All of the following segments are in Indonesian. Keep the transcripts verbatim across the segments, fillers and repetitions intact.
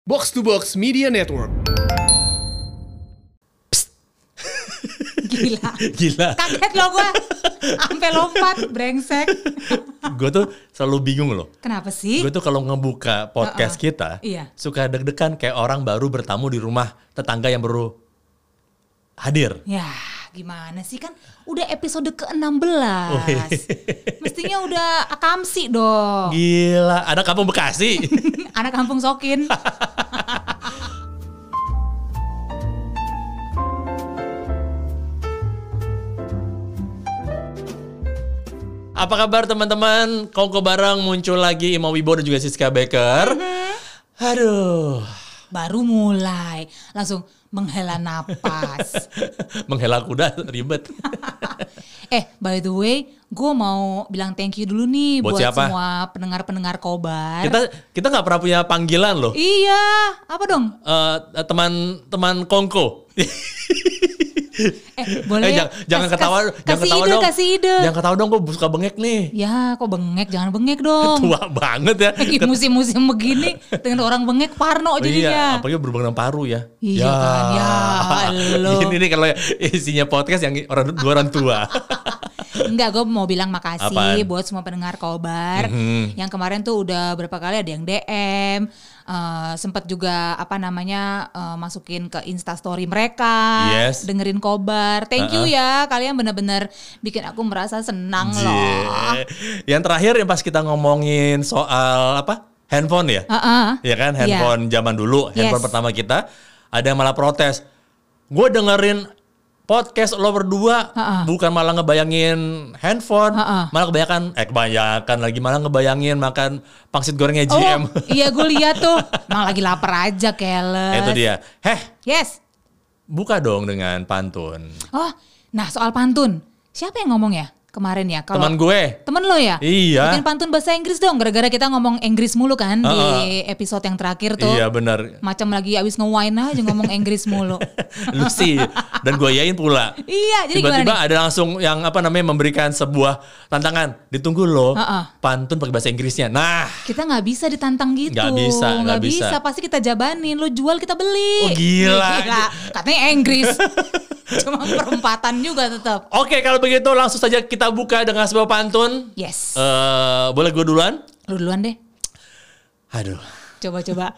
Box to Box Media Network. Gila. Gila. Kaget loh gue. Sampai lompat, brengsek. Gue tuh selalu bingung loh. Kenapa sih? Gue tuh kalau ngebuka podcast uh-uh. kita, iya. suka deg-degan kayak orang baru bertamu di rumah tetangga yang baru hadir. Ya, gimana sih, kan udah episode ke enam belas. Mestinya udah akamsi dong. Gila, anak kampung Bekasi. Anak kampung Sokin. Apa kabar teman-teman? Kongko bareng muncul lagi Ima Wibo dan juga Siska Baker. Mm-hmm. Aduh. Baru mulai, langsung menghela napas. Menghela kuda ribet. Eh, by the way, gue mau bilang thank you dulu nih buat, buat siapa? Semua pendengar-pendengar Kobar. Kita kita nggak pernah punya panggilan loh. Iya, apa dong? Uh, teman-teman Kongko. Eh, boleh eh, jangan, jangan kas, ketawa, kas, jangan ketawa ide, dong. Kasih ide. Jangan ketawa dong, gue suka bengek nih. Ya, kok bengek? Jangan bengek dong. Tua banget ya. Lagi musim-musim begini, dengan orang bengek parno jadinya. Iya, apalagi berhubungan dengan paru ya. Iya ya. kan, ya lo. Ini nih kalau isinya podcast yang orang dua orang tua. Enggak, gue mau bilang makasih Apaan? buat semua pendengar Kobar. Mm-hmm. Yang kemarin tuh udah berapa kali ada yang D M. Uh, sempat juga apa namanya uh, masukin ke Instastory mereka, yes. dengerin Kobar. Thank uh-uh. you ya, kalian benar-benar bikin aku merasa senang Jee. loh. Yang terakhir yang pas kita ngomongin soal apa handphone ya, uh-uh. ya kan handphone yeah. zaman dulu, handphone yes. pertama kita, ada yang malah protes. Gue dengerin podcast lo berdua uh-uh. bukan malah ngebayangin handphone, uh-uh. malah kebanyakan, eh kebanyakan lagi malah ngebayangin makan pangsit gorengnya G M. Oh, iya gue lihat tuh, emang lagi lapar aja keles. Itu dia. Heh. Yes. Buka dong dengan pantun. Oh, nah soal pantun, siapa yang ngomong ya kemarin ya? Kalo, teman gue. Temen lo ya? Iya. Bikin pantun bahasa Inggris dong, gara-gara kita ngomong Inggris mulu kan uh-uh. di episode yang terakhir tuh. Iya benar. Macam lagi abis nge-wine aja ngomong Inggris mulu. Lu sih, dan gue yain pula. Iya, jadi tiba-tiba gimana nih? Ada langsung yang apa namanya memberikan sebuah tantangan. Ditunggu loh uh-uh. pantun pakai bahasa Inggrisnya. Nah. Kita gak bisa ditantang gitu. Gak bisa, gak, gak bisa. bisa. Pasti kita jabanin, lo jual kita beli. Oh gila. Gila. Katanya Inggris. Cuma perempatan juga tetap. Oke, kalau begitu langsung saja kita buka dengan sebuah pantun. Yes. Uh, boleh gue duluan? Lu duluan deh. Aduh. Coba-coba.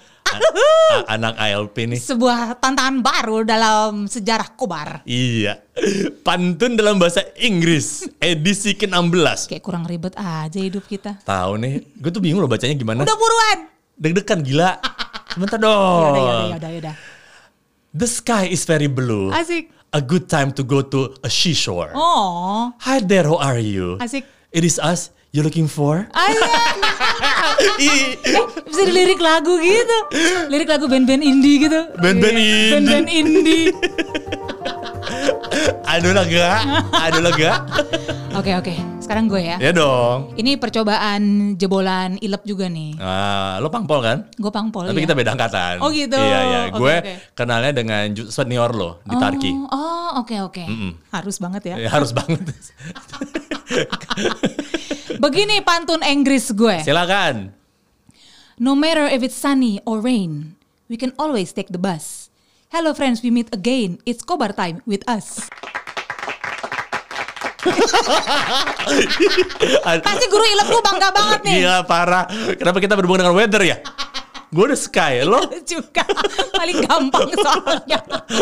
A- anak I L P nih. Sebuah tantangan baru dalam sejarah Kobar. Iya. Pantun dalam bahasa Inggris edisi ke enam belas. Kayak kurang ribet aja hidup kita. Tahu nih. Gue tuh bingung loh bacanya gimana. Udah buruan. Deg-degan gila. Sebentar dong. Yaudah, yaudah, yaudah, yaudah. The sky is very blue. Asik. A good time to go to a seashore. Oh. Hi there, how are you? Asik. It is us you're looking for? Asik. eh, bisa dilirik lagu gitu. Lirik lagu band-band indie gitu. Band-band indie. Band-band indie. Aduh lega, aduh lega. Oke oke, sekarang gue ya. Ya dong. Ini percobaan jebolan ilep juga nih. Ah, lo pangpol kan? Gue pangpol. Tapi ya. kita beda angkatan. Oh gitu. Iya iya. Okay, gue okay. kenalnya dengan senior lo di oh, Tarki. Oh oke okay, oke. Okay. Harus banget ya. ya harus banget. Begini pantun Inggris gue. Silakan. No matter if it's sunny or rain, we can always take the bus. Hello friends, we meet again. It's Kobar time with us. Pasti guru ilmu gue bangga banget nih. Gila parah. Kenapa kita berhubungan dengan weather ya? Gue udah sky, lo? Juga paling gampang soalnya.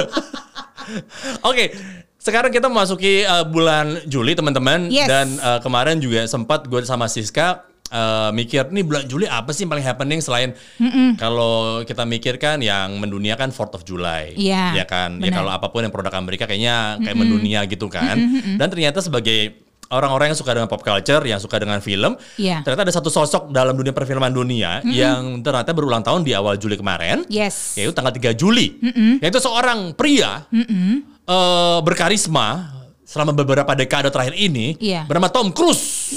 Oke, sekarang kita memasuki uh, bulan Juli teman-teman. Yes. Dan uh, kemarin juga sempat gue sama Siska uh, mikir, nih bulan Juli apa sih yang paling happening selain kalau kita mikirkan yang mendunia kan fourth of July. Iya, ya kan? bener. Ya kalau apapun yang produk Amerika kayaknya kayak Mm-mm. mendunia gitu kan. Mm-mm. Dan ternyata sebagai orang-orang yang suka dengan pop culture, yang suka dengan film, yeah. ternyata ada satu sosok dalam dunia perfilman dunia mm-hmm. yang ternyata berulang tahun di awal Juli kemarin, yes. yaitu tanggal tiga Juli, mm-hmm. yaitu seorang pria mm-hmm. uh, berkarisma selama beberapa dekade terakhir ini, yeah. bernama Tom Cruise.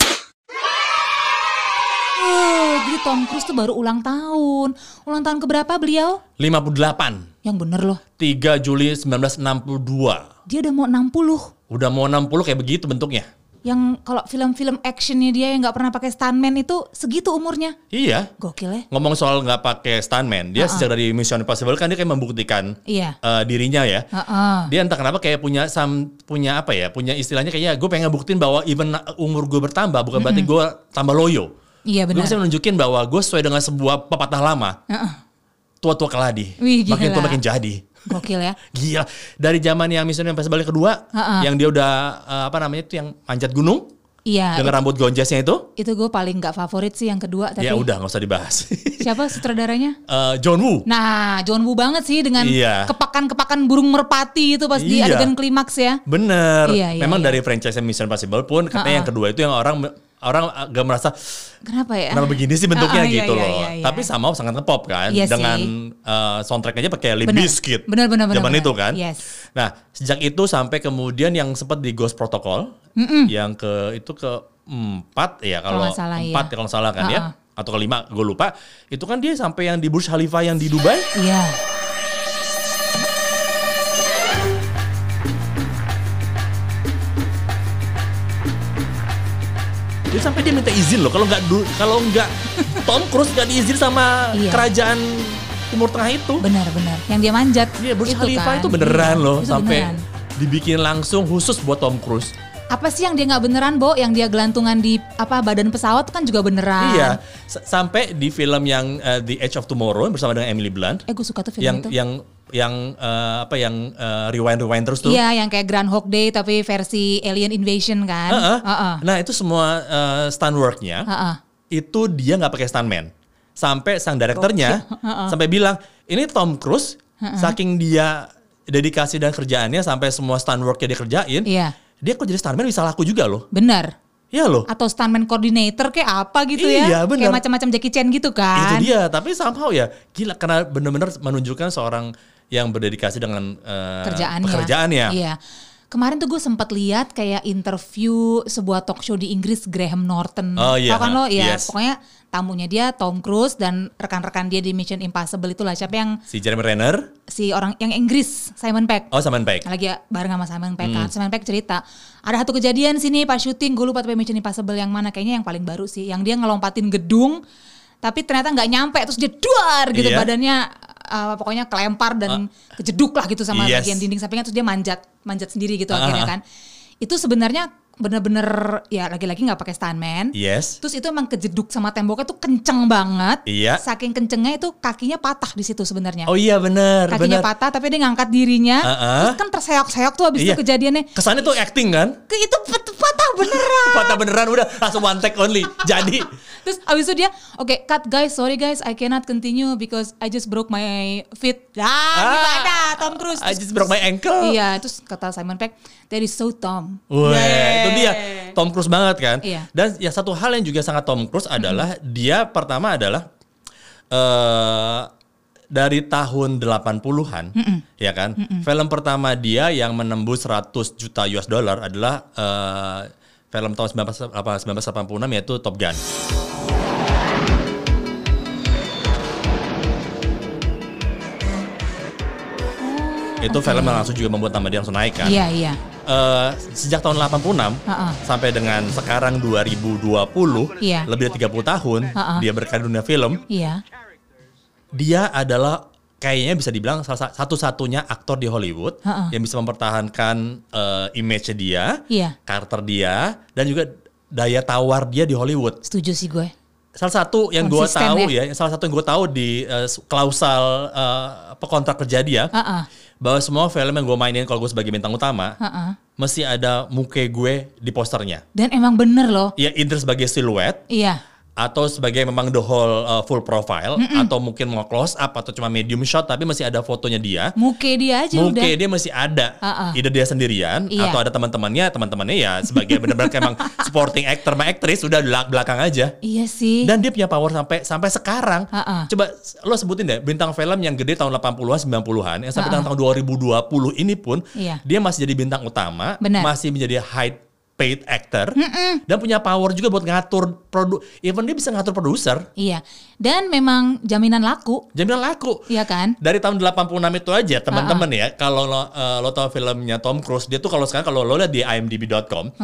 Oh, jadi Tom Cruise tuh baru ulang tahun. Ulang tahun keberapa beliau? lima puluh delapan. Yang bener loh. tiga Juli seribu sembilan ratus enam puluh dua. Dia udah mau enam puluh. Udah mau enam puluh kayak begitu bentuknya. Yang kalau film-film actionnya dia yang nggak pernah pakai stuntman itu segitu umurnya. Iya. Gokil ya. Ngomong soal nggak pakai stuntman, dia uh-uh. sejak dari Mission Impossible kan dia kayak membuktikan iya. uh, dirinya ya. Uh-uh. Dia entah kenapa kayak punya sam, punya apa ya, punya istilahnya kayaknya gue pengen buktiin bahwa even umur gue bertambah bukan mm-hmm. berarti gue tambah loyo. Iya benar. Gue bisa menunjukin bahwa gue sesuai dengan sebuah pepatah lama. Uh-uh. Tua-tua keladi. Wih, makin tua makin jadi. Gokil ya. Gila. Dari zaman yang Mission Impossible kedua, uh-uh. yang dia udah uh, apa namanya itu yang manjat gunung. Iya. Dengan rambut gonjesnya itu. Itu gue paling gak favorit sih yang kedua. Tapi ya udah gak usah dibahas. Siapa sutradaranya? Uh, John Woo. Nah John Woo banget sih dengan iya. kepakan-kepakan burung merpati itu pas iya. di adegan klimaks ya. Bener. Iya, iya, Memang iya. dari franchise Mission Impossible pun katanya uh-uh. yang kedua itu yang orang orang agak merasa kenapa ya? Kenapa begini sih bentuknya uh, uh, gitu iya, loh. Iya, iya. Tapi sama sangat nge-pop kan iya dengan uh, soundtrack aja pakai Limp Bizkit. Bener bener bener. Zaman bener. itu kan. Yes. Nah, sejak itu sampai kemudian yang sempat di Ghost Protocol Mm-mm. yang ke itu ke empat ya kalau, kalau salah, empat iya. ya kalau salah kan uh-uh. ya atau kelima gue lupa. Itu kan dia sampai yang di Burj Khalifa yang di Dubai. Iya. Dia sampai dia minta izin loh kalau nggak kalau nggak Tom Cruise nggak diizin sama iya. kerajaan Timur Tengah itu. Benar-benar. Yang dia manjat. Iya, Burj Khalifa kan. itu beneran iya, loh itu sampai beneran. Dibikin langsung khusus buat Tom Cruise. Apa sih yang dia nggak beneran, Bo? Yang dia gelantungan di apa badan pesawat kan juga beneran. Iya. S- sampai di film yang uh, The Edge of Tomorrow bersama dengan Emily Blunt. Eh, gue suka tuh film yang, itu. Yang yang uh, apa yang uh, rewind rewind terus tuh. Iya, yang kayak Groundhog Day tapi versi Alien Invasion kan. Uh-uh. Uh-uh. Nah, itu semua uh, stunt worknya. Uh-uh. Itu dia nggak pakai stuntman. Sampai sang direkturnya uh-uh. sampai bilang, "Ini Tom Cruise uh-uh. saking dia dedikasi dan kerjaannya sampai semua stunt worknya dia kerjain. Iya. Dia kok jadi stuntman bisa laku juga loh." Benar. Iya loh. Atau stuntman coordinator kayak apa gitu iya, ya. Iya benar. Kayak macam-macam Jackie Chan gitu kan. Itu dia. Tapi somehow ya gila karena benar-benar menunjukkan seorang yang berdedikasi dengan uh, kerjaannya. pekerjaannya. Iya. Kemarin tuh gue sempat lihat kayak interview sebuah talk show di Inggris, Graham Norton. Oh iya. Tau kan lo? Ya yes. pokoknya tamunya dia Tom Cruise dan rekan-rekan dia di Mission Impossible itulah. Siapa yang? Si Jeremy Renner. Si orang yang Inggris, Simon Pegg. Oh Simon Pegg. Lagi bareng sama Simon Pegg kan. Hmm. Simon Pegg cerita, ada satu kejadian sini pas syuting, gue lupa tapi Mission Impossible yang mana. Kayaknya yang paling baru sih. Yang dia ngelompatin gedung, tapi ternyata nggak nyampe. Terus dia duar gitu iya. badannya. Uh, pokoknya kelempar dan uh, kejeduk lah gitu sama yes. bagian dinding sampingnya. Terus dia manjat manjat sendiri gitu uh, akhirnya kan. Itu sebenarnya bener-bener ya lagi-lagi gak pakai stuntman. Yes. Terus itu emang kejeduk sama temboknya tuh kenceng banget. Iya. Saking kencengnya itu kakinya patah di situ sebenarnya. Oh iya benar. Kakinya bener. patah tapi dia ngangkat dirinya. Uh-uh. Terus kan terseok-seok tuh abis iya. itu kejadiannya. Kesannya tuh acting kan? Ke itu patah beneran. Patah beneran udah langsung one take only. Jadi. Terus abis itu dia, oke okay, cut guys, sorry guys, I cannot continue because I just broke my feet. Ah, ah gimana Tom Cruise? I just broke my ankle. Iya, terus kata Simon Pegg, that is so Tom. Wah, itu dia Tom Cruise banget kan. Iya. Dan ya satu hal yang juga sangat Tom Cruise adalah mm-hmm. dia pertama adalah uh, dari tahun delapan puluhan, mm-hmm. ya kan. Mm-hmm. Film pertama dia yang menembus seratus juta U S dollar adalah uh, film tahun sembilan belas delapan puluh enam yaitu Top Gun. Itu okay. film yang langsung juga membuat nama dia langsung naik kan. Iya, iya. Uh, sejak tahun delapan puluh enam uh-uh. sampai dengan sekarang dua ribu dua puluh, iya. lebih dari tiga puluh tahun uh-uh. dia berkarir di dunia film. Iya. Dia adalah kayaknya bisa dibilang salah satu-satunya aktor di Hollywood uh-uh. yang bisa mempertahankan uh, image dia, iya. karakter dia, dan juga daya tawar dia di Hollywood. Setuju sih gue. Salah satu yang gue tahu ya. ya, salah satu yang gue tahu di uh, klausal uh, kontrak kerja dia, uh-uh. bahwa semua film yang gue mainin kalau gue sebagai bintang utama, uh-uh. mesti ada muka gue di posternya. Dan emang bener loh. Ya either sebagai siluet, iya. atau sebagai memang the whole uh, full profile, Mm-mm. atau mungkin mau close up atau cuma medium shot, tapi masih ada fotonya dia. Muka dia aja Muka udah. dia masih ada. Uh-uh. Either dia sendirian, iya. atau ada teman-temannya, teman-temannya ya sebagai benar-benar emang supporting actor sama aktris udah belakang aja. Iya sih. Dan dia punya power sampai sampai sekarang. Uh-uh. Coba lo sebutin deh bintang film yang gede tahun delapan puluhan, sembilan puluhan, yang sampai uh-uh. tahun dua ribu dua puluh ini pun iya. dia masih jadi bintang utama, Bener. masih menjadi high paid actor, Mm-mm. dan punya power juga buat ngatur produ, even dia bisa ngatur produser. Iya. Dan memang jaminan laku. Jaminan laku. Iya kan? Dari tahun delapan puluh enam itu aja teman-teman uh-uh. ya, kalau lo, uh, lo tahu filmnya Tom Cruise, dia tuh kalau sekarang kalau lo lihat di i m d b dot com, okay.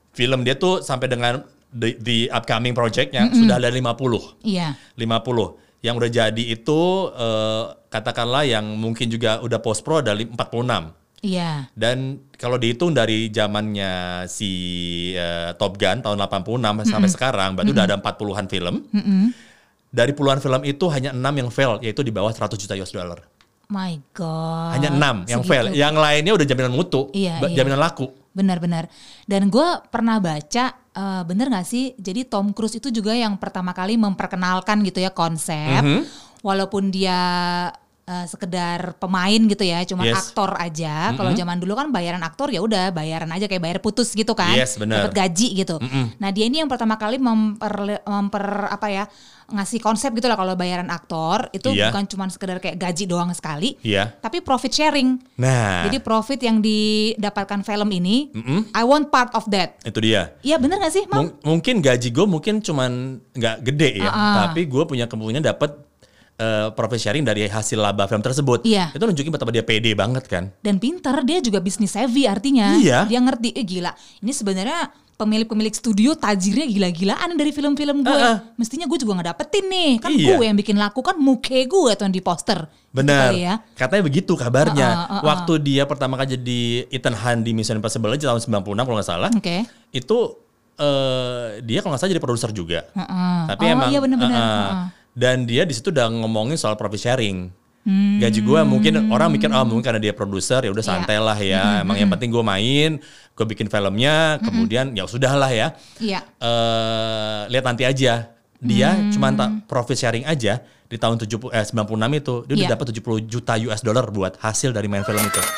film dia tuh sampai dengan the, the upcoming project-nya mm-hmm. sudah ada lima puluh. Iya. lima puluh. Yang udah jadi itu uh, katakanlah yang mungkin juga udah post pro ada empat puluh enam. Iya. Dan kalau dihitung dari zamannya si uh, Top Gun tahun delapan puluh enam mm-hmm. sampai sekarang, berarti mm-hmm. udah ada empat puluhan film. Mm-hmm. Dari puluhan film itu hanya enam yang fail, yaitu di bawah seratus juta U S dollar. My God. Hanya enam yang Segitu. fail, yang lainnya udah jaminan mutu, iya, jaminan iya. laku. Benar-benar. Dan gue pernah baca, uh, bener gak sih? Jadi Tom Cruise itu juga yang pertama kali memperkenalkan gitu ya konsep. Mm-hmm. Walaupun dia uh, sekedar pemain gitu ya, cuma yes. aktor aja. Mm-hmm. Kalau zaman dulu kan bayaran aktor ya udah bayaran aja kayak bayar putus gitu kan. Yes, benar. Dapat gaji gitu. Mm-hmm. Nah dia ini yang pertama kali memper, memper apa ya, ngasih konsep gitu lah kalau bayaran aktor itu yeah. bukan cuma sekedar kayak gaji doang sekali, yeah. tapi profit sharing. Nah, jadi profit yang didapatkan film ini, mm-hmm. I want part of that. Itu dia. Iya bener nggak sih, Mam? M- mungkin gaji gue mungkin cuman nggak gede ya, uh-uh. tapi gue punya kemungkinan dapat uh, profit sharing dari hasil laba film tersebut. Iya. Itu nunjukin betapa dia pede banget kan. Dan pintar, dia juga bisnis savvy artinya. Iya. Dia ngerti, eh gila, ini sebenarnya pemilik-pemilik studio tajirnya gila-gilaan dari film-film gue. Uh-uh. Mestinya gue juga gak dapetin nih. Kan iya. gue yang bikin laku, kan muke gue tuh yang di poster. Benar. Gitu ya. Katanya begitu kabarnya. Uh-uh, uh-uh. Waktu dia pertama kali jadi Ethan Hunt di Mission Impossible aja tahun sembilan puluh enam kalau gak salah. Oke. Okay. Itu uh, dia kalau gak salah jadi produser juga. Uh-uh. Tapi oh, emang. Iya benar-benar. Uh-uh. Uh-uh. Dan dia di situ udah ngomongin soal profit sharing. Hmm. Gaji gue mungkin orang mikir oh mungkin karena dia produser ya udah santai yeah. lah ya. Mm-hmm. Emang yang penting gue main, gue bikin filmnya, mm-hmm. kemudian ya sudah lah ya. Iya. Yeah. Uh, lihat nanti aja. Dia hmm. cuma ta- profit sharing aja di tahun tujuh puluh, eh, sembilan puluh enam itu dia yeah. udah dapat tujuh puluh juta U S dollar buat hasil dari main film itu.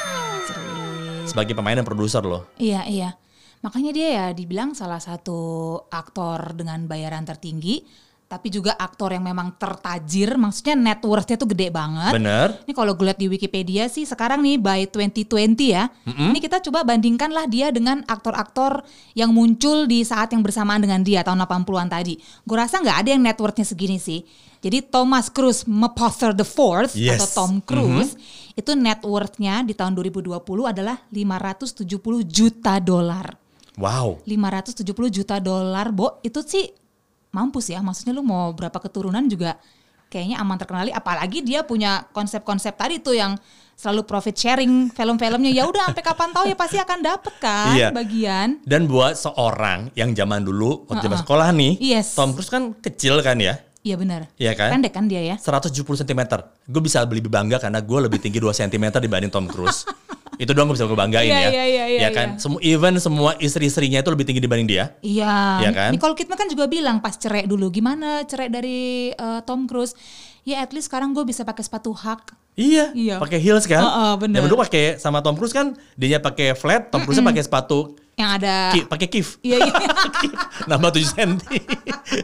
Sebagai pemain dan produser loh. Iya iya. Makanya dia ya dibilang salah satu aktor dengan bayaran tertinggi. Tapi juga aktor yang memang tertajir, maksudnya net worth-nya tuh gede banget. Bener. Ini kalau gue lihat di Wikipedia sih sekarang nih by twenty twenty ya. Mm-hmm. Ini kita coba bandingkanlah dia dengan aktor-aktor yang muncul di saat yang bersamaan dengan dia tahun delapan puluhan tadi. Gue rasa nggak ada yang net worth-nya segini sih. Jadi Thomas Cruise Mapother the Fourth yes. atau Tom Cruise mm-hmm. itu net worth-nya di tahun dua ribu dua puluh adalah lima ratus tujuh puluh juta dolar. Wow. lima ratus tujuh puluh juta dolar, Bo. Itu sih mampus ya, maksudnya lu mau berapa keturunan juga kayaknya aman terkenali, apalagi dia punya konsep-konsep tadi tuh yang selalu profit sharing film-filmnya, ya udah sampai kapan tahu ya pasti akan dapet kan iya. bagian. Dan buat seorang yang zaman dulu waktu uh-uh. zaman sekolah nih, yes. Tom Cruise kan kecil kan ya? Iya benar. Iya kan? Pendek kan dia ya? seratus tujuh puluh sentimeter. Gue bisa lebih bangga karena gue lebih tinggi dua sentimeter dibanding Tom Cruise. Itu doang gue bisa gue banggain yeah, ya. Iya iya iya. Ya kan? Iya. Even semua istri-istrinya itu lebih tinggi dibanding dia. Iya. Ya kan? Nicole Kidman kan juga bilang pas cerai dulu, gimana cerai dari uh, Tom Cruise? Ya at least sekarang gue bisa pakai sepatu hak. Iya. iya. Pakai heels kan? Uh, uh, bener. Yang dulu pakai sama Tom Cruise kan, dianya pakai flat, Tom Cruise pakai sepatu yang ada ki, pakai kif. Iya iya. Nambah tujuh sentimeter.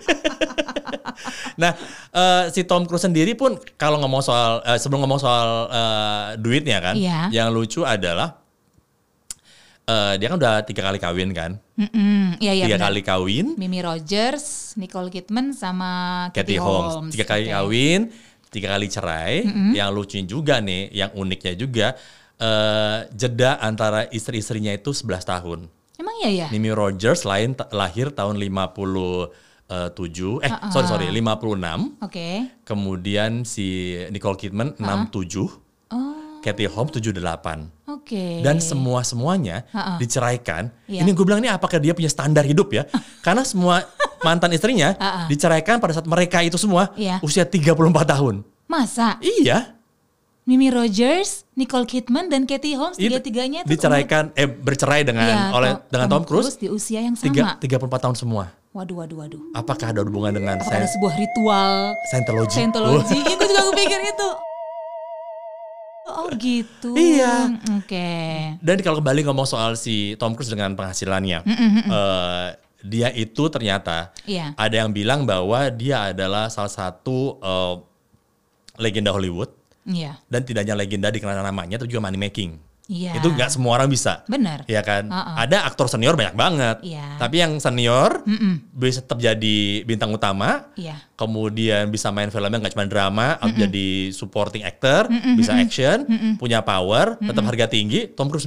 Nah, uh, si Tom Cruise sendiri pun kalau ngomong soal uh, sebelum ngomong soal uh, duitnya kan, iya. yang lucu adalah uh, dia kan udah tiga kali kawin kan, iya, iya, tiga benar. kali kawin. Mimi Rogers, Nicole Kidman sama Katie, Katie Holmes. Holmes, tiga kali okay. kawin, tiga kali cerai. Mm-hmm. Yang lucunya juga nih, yang uniknya juga uh, jeda antara istri-istrinya itu sebelas tahun. Emang iya ya? Mimi Rogers lain t- lahir tahun lima puluh tujuh, eh uh-uh. sorry sorry lima puluh enam. Oke. Okay. Kemudian si Nicole Kidman uh-uh. enam puluh tujuh. Oh. Katie Holmes tujuh puluh delapan. Oke. Okay. Dan semua semuanya uh-uh. diceraikan. Yeah. Ini gue bilang ini apakah dia punya standar hidup ya? Karena semua mantan istrinya uh-uh. diceraikan pada saat mereka itu semua yeah. usia tiga puluh empat tahun. Masa? Iya. Mimi Rogers, Nicole Kidman dan Katie Holmes tiga-tiganya itu diceraikan umur, eh bercerai dengan ya, oleh Tom, dengan Tom Cruise di usia yang sama. tiga puluh empat tahun semua. Waduh waduh waduh. Apakah ada hubungan dengan Apakah saya, ada sebuah ritual Scientology? Scientology. Iya, gue juga kepikir itu. Oh gitu. Iya. Oke. Okay. Dan kalau kembali ngomong soal si Tom Cruise dengan penghasilannya, mm-hmm. uh, dia itu ternyata yeah. ada yang bilang bahwa dia adalah salah satu uh, legenda Hollywood. Iya. Dan tidak hanya legenda dikenal namanya, tapi juga money making. Iya. Itu nggak semua orang bisa. Benar. Iya kan? Uh-uh. Ada aktor senior banyak banget. Iya. Tapi yang senior Mm-mm. bisa tetap jadi bintang utama. Iya. Kemudian bisa main filmnya nggak cuma drama, atau jadi supporting actor, Mm-mm. bisa action, Mm-mm. punya power, Mm-mm. tetap harga tinggi. Tom Cruise doang.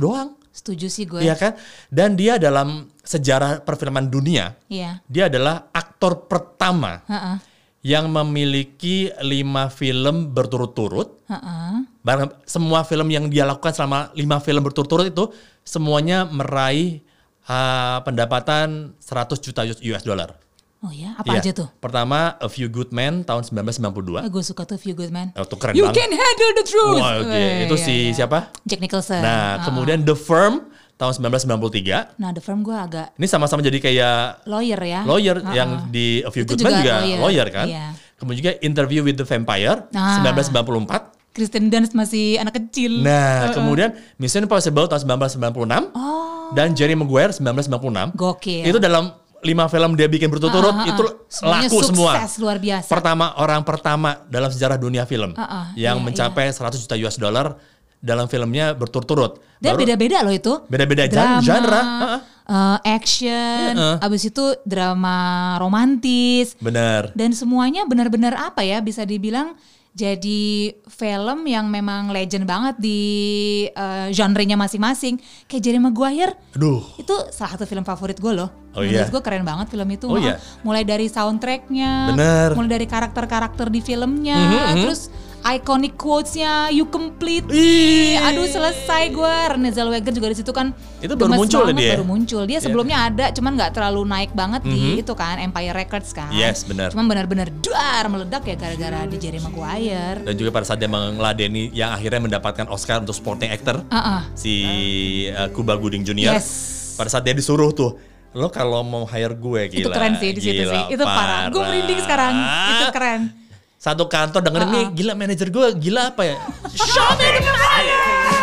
Setuju sih gue. Iya kan? Dan dia dalam sejarah perfilman dunia, Iya. dia adalah aktor pertama Uh-uh. yang memiliki lima film berturut-turut. Uh-uh. Barang semua film yang dia lakukan selama lima film berturut-turut itu semuanya meraih uh, pendapatan seratus juta U S dollar. Oh ya, apa Iya. aja tuh? Pertama, A Few Good Men tahun sembilan belas sembilan puluh dua. Oh, gue suka tuh Few Good Men. Oh, itu keren You banget. can handle the truth. Wah, oke. Eh, Itu iya, si iya. siapa? Jack Nicholson. Nah, Uh-uh. kemudian The Firm tahun sembilan belas sembilan puluh tiga. Nah, The Firm gue agak Ini sama-sama jadi kayak lawyer ya. lawyer Uh-uh. yang di A Few Itu Good Men juga juga lawyer. lawyer kan. Iya. Kemudian juga Interview with the Vampire Nah. sembilan belas sembilan puluh empat. Kristen Dunst masih anak kecil. Nah, kemudian Mission Impossible tahun sembilan belas sembilan puluh enam. Oh. Dan Jerry Maguire sembilan belas sembilan puluh enam. Gokil. Itu dalam lima film dia bikin berturut-turut Ah, ah, ah. itu Semuanya laku semua. sukses luar biasa. Pertama orang pertama dalam sejarah dunia film Ah, ah, yang iya, mencapai seratus juta U S dollar dalam filmnya berturut-turut. Dan Baru- beda-beda loh itu. Beda-beda Drama, genre. Uh-uh. eh, action, Uh-uh. abis itu drama romantis. Bener. Dan semuanya benar-benar apa ya, bisa dibilang jadi film yang memang legend banget di uh, genrenya masing-masing. Kayak Jerry Maguire, Aduh. itu salah satu film favorit gue loh. Oh Menurut iya? gue keren banget film itu. Oh Malah iya? Mulai dari soundtracknya, Bener. mulai dari karakter-karakter di filmnya, Mhm, mhm. terus iconic quotes-nya, you complete. Ih. Aduh selesai gue. Renée Zellweger juga di situ kan. Itu baru gemes muncul banget, dia? Baru muncul. Dia Iya. sebelumnya ada, cuman nggak terlalu naik banget di Mhm. itu kan Empire Records kan. Yes, benar. Cuman benar-benar duar meledak ya gara-gara di Jerry Maguire. Dan juga pada saat dia mengeladeni yang akhirnya mendapatkan Oscar untuk supporting actor, Uh-uh. si uh, Cuba Gooding Junior Yes. Pada saat dia disuruh tuh, lo kalau mau hire gue gila. Itu keren sih di situ gila, sih. Itu parah. Gue merinding sekarang. Itu keren. Satu kantor dengerin Uh-uh. nih, gila manajer gue, gila apa ya? Show me the fire.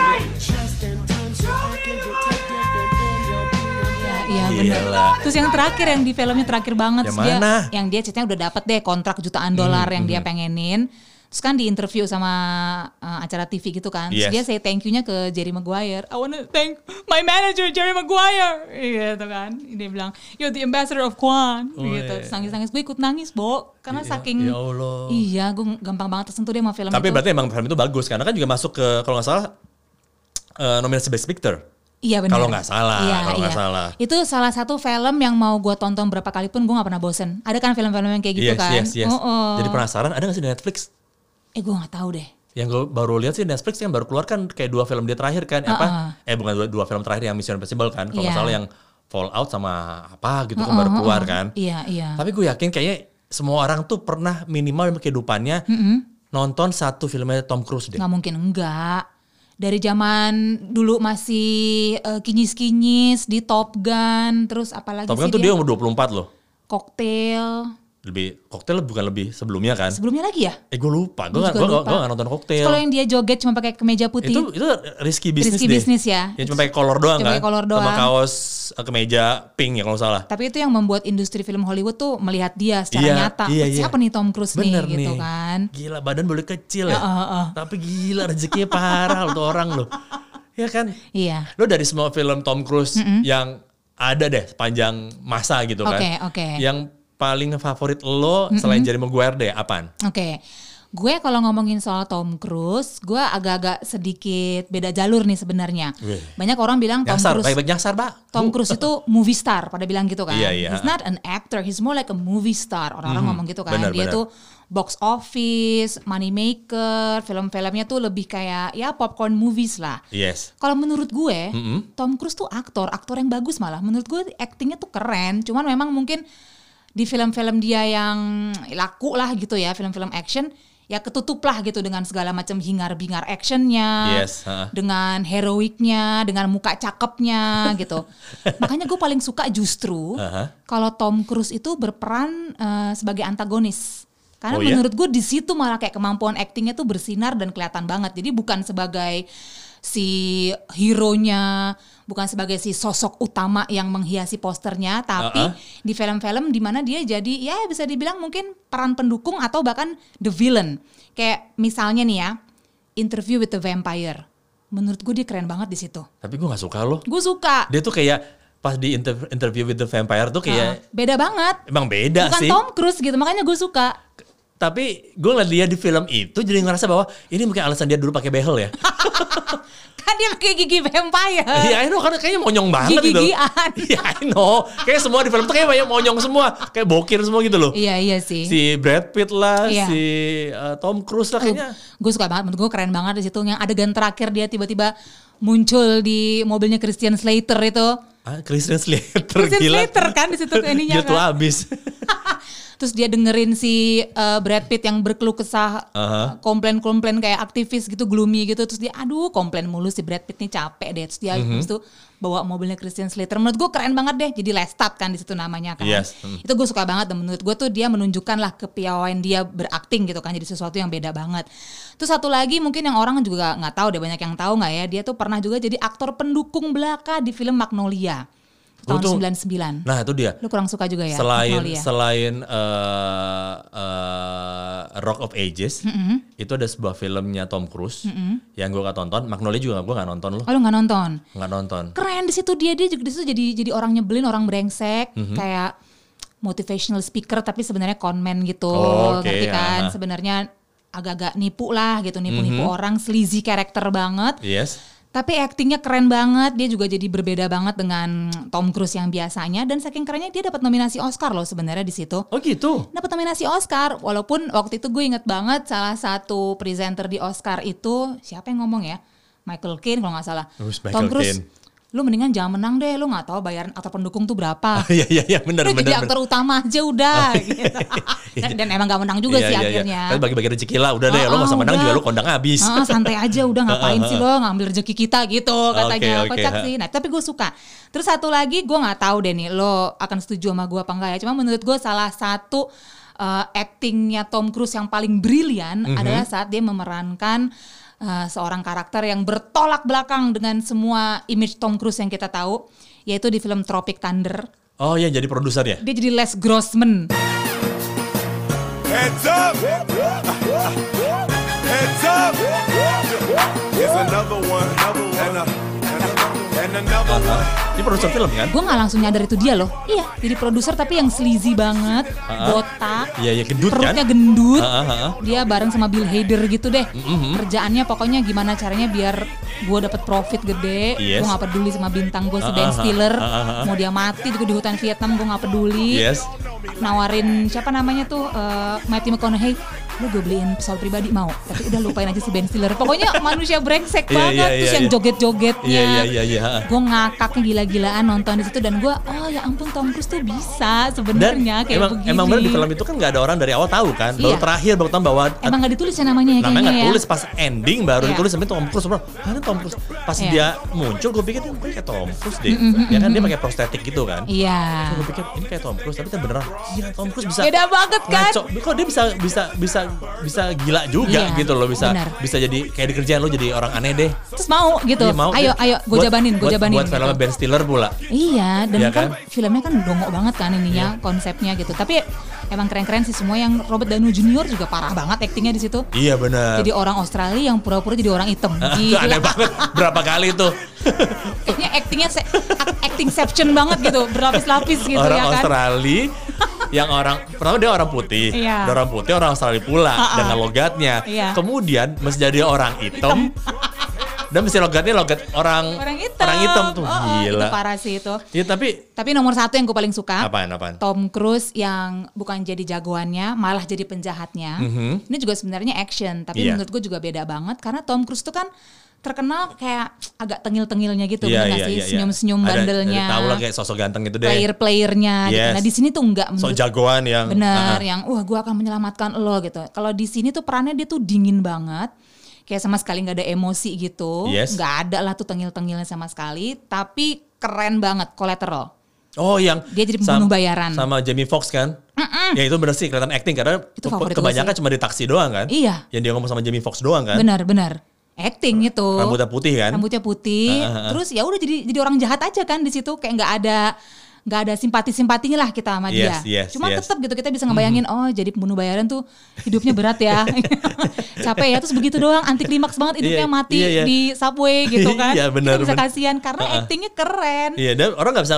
Iya benar. Gila. Terus yang terakhir yang di filmnya terakhir banget Yang dia, mana? yang dia ceritanya udah dapet deh kontrak jutaan dolar yang dia pengenin. Terus kan di interview sama uh, acara T V gitu kan. Terus Yes. dia say thank you-nya ke Jerry Maguire. I wanna thank my manager Jerry Maguire. Gitu kan. Dia bilang, you're the ambassador of Kwan. Oh, gitu. iya. Terus nangis-nangis. Gue ikut nangis, Bo. Karena Ya- saking... ya Allah. Iya, gue gampang banget tersentuh deh sama film Tapi itu. berarti emang film itu bagus karena kan juga masuk ke kalau nggak salah uh, nominasi Best Picture. Iya benar. Kalau nggak salah, Iya, kalau nggak iya. salah. Itu salah satu film yang mau gue tonton berapa kali pun gue nggak pernah bosen. Ada kan film-film yang kayak gitu yes, kan? yes, yes. Oh, oh. Jadi penasaran ada nggak sih di Netflix? Eh gue nggak tahu deh. Yang gue baru lihat sih Netflix yang baru keluar kan kayak dua film dia terakhir kan, apa? Uh-uh. Eh bukan dua, dua film terakhir yang Mission Impossible kan? Kalau nggak Iya. salah yang Fallout sama apa gitu kan Uh-uh, baru keluar uh-uh. kan? Iya iya. Tapi gue yakin kayaknya semua orang tuh pernah minimal dalam kehidupannya nonton satu filmnya Tom Cruise deh. Nggak mungkin enggak. Dari zaman dulu masih eh, kinyis-kinyis di Top Gun, terus apalagi Tom sih Cruise tuh dia umur dua puluh empat loh. Cocktail. Lebih Cocktail bukan lebih sebelumnya kan? Sebelumnya lagi ya? Eh gue lupa, gue Gua gak, juga gue lupa. gak nonton Cocktail. Kalau yang dia joget cuma pakai kemeja putih. Itu itu risky business Risky deh. business ya. Yang cuma pakai kolor doang Cuma kan? pakai kolor Sama doang. kaos eh, kemeja pink ya kalau nggak salah. Tapi itu yang membuat industri film Hollywood tuh melihat dia secara Iya, nyata. iya, iya. Siapa nih Tom Cruise Bener nih gitu nih. kan. Gila badan boleh kecil ya. Uh, uh, uh. Tapi gila rezekinya parah loh tuh orang loh. Ya kan? Iya. Lo dari semua film Tom Cruise yang ada deh sepanjang masa gitu kan. Oke, oke. Yang paling favorit lo selain Jerry Maguire deh apaan? Oke, gue kalau ngomongin soal Tom Cruise, gue agak-agak sedikit beda jalur nih sebenarnya. Wih. Banyak orang bilang Tom Nyasar, Cruise, baik-baik nyasar, Pak. Tom Cruise itu movie star, pada bilang gitu kan. Iya, iya. He's not an actor, he's more like a movie star. Orang-orang ngomong gitu kan. Benar, Dia benar. tuh box office, money maker, film-filmnya tuh lebih kayak ya popcorn movies lah. Yes. Kalau menurut gue, Mm-mm. Tom Cruise tuh aktor, aktor yang bagus malah. Menurut gue actingnya tuh keren. Cuman memang mungkin di film-film dia yang laku lah gitu ya, film-film action, ya ketutup lah gitu dengan segala macam hingar-bingar actionnya, Yes, ha. dengan heroiknya, dengan muka cakepnya gitu. Makanya gue paling suka justru Aha. kalau Tom Cruise itu berperan eh, sebagai antagonis. Karena Oh, iya? menurut gue di situ malah kayak kemampuan aktingnya tuh bersinar dan kelihatan banget. Jadi bukan sebagai si hero-nya, bukan sebagai si sosok utama yang menghiasi posternya, tapi Uh-uh. di film-film di mana dia jadi ya bisa dibilang mungkin peran pendukung atau bahkan the villain. Kayak misalnya nih ya, Interview with the Vampire. Menurut gue dia keren banget di situ. Tapi gue gak suka loh. Gue suka. Dia tuh kayak pas di inter- interview with the vampire tuh kayak Nah, beda banget. emang beda Bukan sih. Tom Cruise gitu, makanya gue suka. Tapi gue ngeliat dia di film itu jadi ngerasa bahwa ini mungkin alasan dia dulu pakai behel ya. Kan dia pakai gigi vampire. Iya, I know, kan kayaknya monyong banget gitu. Gigi-gigian. Iya, I know. Kayak semua di film tuh kayak banyak monyong semua. Kayak bokir semua gitu loh. Iya, iya sih. Si Brad Pitt lah, iya. si uh, Tom Cruise lah kayaknya. Uh, gue suka banget, menurut gue keren banget di situ. Yang adegan terakhir dia tiba-tiba muncul di mobilnya Christian Slater itu. Ah, Christian Slater, Christian gila. Slater kan di situ ininya Gila tuh kan. abis. Terus dia dengerin si uh, Brad Pitt yang berkeluh kesah, uh-huh. komplain-komplain kayak aktivis gitu, gloomy gitu. Terus dia aduh komplain mulu si Brad Pitt nih capek deh. Terus dia uh-huh. itu bawa mobilnya Christian Slater. Menurut gue keren banget deh. Jadi Lestat kan di situ namanya kan. Yes. Hmm. Itu gue suka banget. Dan menurut gue tuh dia menunjukkan lah kepiawaian dia berakting gitu kan. Jadi sesuatu yang beda banget. Terus satu lagi mungkin yang orang juga nggak tahu deh, banyak yang tahu nggak ya. Dia tuh pernah juga jadi aktor pendukung belaka di film Magnolia. Tahun tuh, sembilan puluh sembilan. Nah itu dia. Lu kurang suka juga ya? Selain Magnolia? selain uh, uh, Rock of Ages, mm-hmm. itu ada sebuah filmnya Tom Cruise mm-hmm. yang gue gak tonton. Magnolia juga gue gak nonton loh. Oh lu gak nonton? Gak nonton. Keren di situ dia dia juga di situ jadi jadi orang nyebelin, orang brengsek, mm-hmm. kayak motivational speaker tapi sebenarnya conman gitu, oh, okay. ngerti kan? Uh-huh. Sebenarnya agak-agak nipu lah gitu, nipu-nipu mm-hmm. orang, sleazy karakter banget. Yes. Tapi aktingnya keren banget, dia juga jadi berbeda banget dengan Tom Cruise yang biasanya, dan saking kerennya dia dapat nominasi Oscar loh sebenarnya di situ. Oh gitu. Dapat nominasi Oscar, walaupun waktu itu gue inget banget salah satu presenter di Oscar itu siapa yang ngomong ya? Michael Caine kalau nggak salah. Oh, Tom Cruise. Caine. Lu mendingan jangan menang deh, lu gak tahu bayaran aktor pendukung tuh berapa. Iya iya iya benar benar. Lu jadi bener. aktor utama aja udah gitu. dan, dan emang gak menang juga iya, sih iya, akhirnya. Kan bagi-bagi rezeki lah, udah deh, oh, lo gak usah oh, menang udah. juga lo kondang habis. Oh, santai aja udah ngapain sih lo ngambil rezeki kita gitu katanya. Okay, okay. Kocak sih. Nah tapi gue suka. Terus satu lagi gue gak tahu deh nih lo akan setuju sama gue apa enggak ya. Cuma menurut gue salah satu uh, actingnya Tom Cruise yang paling brilian mm-hmm. adalah saat dia memerankan Uh, seorang karakter yang bertolak belakang dengan semua image Tom Cruise yang kita tahu, yaitu di film Tropic Thunder. Oh iya, jadi produser ya? Dia jadi Les Grossman. Heads up! Heads up! Here's another one, another one, and, a, and another one. Ini produser film kan? Gue gak langsung nyadar itu dia loh. Iya, jadi produser tapi yang sleazy banget, uh-huh. botak, iya, iya, gendut perutnya kan? gendut. Uh-huh, uh-huh. Dia bareng sama Bill Hader gitu deh. Mm-hmm. Kerjaannya pokoknya gimana caranya biar gue dapet profit gede. Yes. Gue gak peduli sama bintang gue si Uh-huh, Ben Stiller. uh-huh. Mau dia mati juga di hutan Vietnam gue gak peduli. Yes. Nawarin siapa namanya tuh uh, Matthew McConaughey, lu gue beliin pesawat pribadi mau, tapi udah lupain aja si Ben Stiller. Pokoknya manusia brengsek yeah, banget. yeah, Terus yeah, yang yeah. joget-jogetnya Iya iya iya iya. gue ngakaknya gila-gilaan nonton di situ, dan gue oh ya ampun Tom Cruise tuh bisa sebenarnya kayak emang, begini. emang bener di film itu kan gak ada orang dari awal tahu kan. Baru Iya. terakhir baru tahu bahwa emang gak ditulis ya namanya ya namanya kayaknya gak ya. tulis, pas ending baru Iya. ditulis sampai Tom Cruise. Mana Tom Cruise? Pas Iya. dia muncul gue pikir ini kayak Tom Cruise deh. Ya kan dia pakai prostetik gitu kan. Iya. Gue pikir ini kayak Tom Cruise, tapi kan beneran gila Tom Cruise bisa Beda banget kan? ngaco. Kok dia bisa bisa bisa bisa gila juga Iya, gitu loh, bisa benar. bisa jadi kayak di kerjaan lo jadi orang aneh deh. Terus mau gitu. Iya, mau. Ayo ayo gue Buat- jabanin, gue buat- jabanin. Buat filmnya gitu. Ben Stiller pula. Iya, dan Iya kan, kan? filmnya kan dongok banget kan ininya, konsepnya gitu. Tapi emang keren-keren sih semua. Yang Robert Downey Junior juga parah banget aktingnya di situ. Iya benar. Jadi orang Australia yang pura-pura jadi orang hitam. Itu aneh banget. Berapa kali tuh? Kayaknya aktingnya se- actingception banget gitu, berlapis-lapis gitu Orang ya kan. Australia yang orang pertama dia orang putih, Iya. dia orang putih orang Australia pula Ha-ha. dengan logatnya. Iya. Kemudian mesti jadi orang hitam. Dan mesti logatnya logat orang Orang hitam. orang hitam tuh Oh, oh, gila. itu parah sih itu. Iya tapi Tapi nomor satu yang gue paling suka, apaan apaan? Tom Cruise yang bukan jadi jagoannya, malah jadi penjahatnya. Mhm. Ini juga sebenarnya action, tapi Iya. menurut gue juga beda banget karena Tom Cruise tuh kan terkenal kayak agak tengil-tengilnya gitu, Iya, bener nggak iya, sih? iya, iya. Senyum-senyum Ada- bandelnya, ada tahu lah kayak sosok ganteng gitu deh. player-playernya gitu. Yes. Nah di sini tuh enggak, So menurut jagoan yang bener, uh-uh. yang wah gue akan menyelamatkan lo gitu. Kalau di sini tuh perannya dia tuh dingin banget. Kayak sama sekali nggak ada emosi gitu, Yes. nggak ada lah tuh tengil-tengilnya sama sekali. Tapi keren banget, Collateral. Oh yang Dia jadi pembunuh bayaran. sama Jamie Foxx kan? Ya itu bener sih kelihatan acting karena Itu ke- favorit gue kebanyakan sih. cuma di taksi doang kan? Iya. Yang dia ngomong sama Jamie Foxx doang kan? Benar-benar acting itu. Rambutnya putih kan? Rambutnya putih. Ah, ah, ah. Terus ya udah jadi jadi orang jahat aja kan di situ, kayak nggak ada nggak ada simpati-simpatinya lah kita sama Yes, dia. yes, Cuma yes. tetap gitu kita bisa ngebayangin, oh jadi pembunuh bayaran tuh hidupnya berat ya. Capek ya, terus begitu doang anti klimaks banget hidupnya Iya, mati iya, iya. di subway gitu kan. Iya, benar, Kita bisa benar. kasihan karena Ah, ah. actingnya keren. Iya, dan orang nggak bisa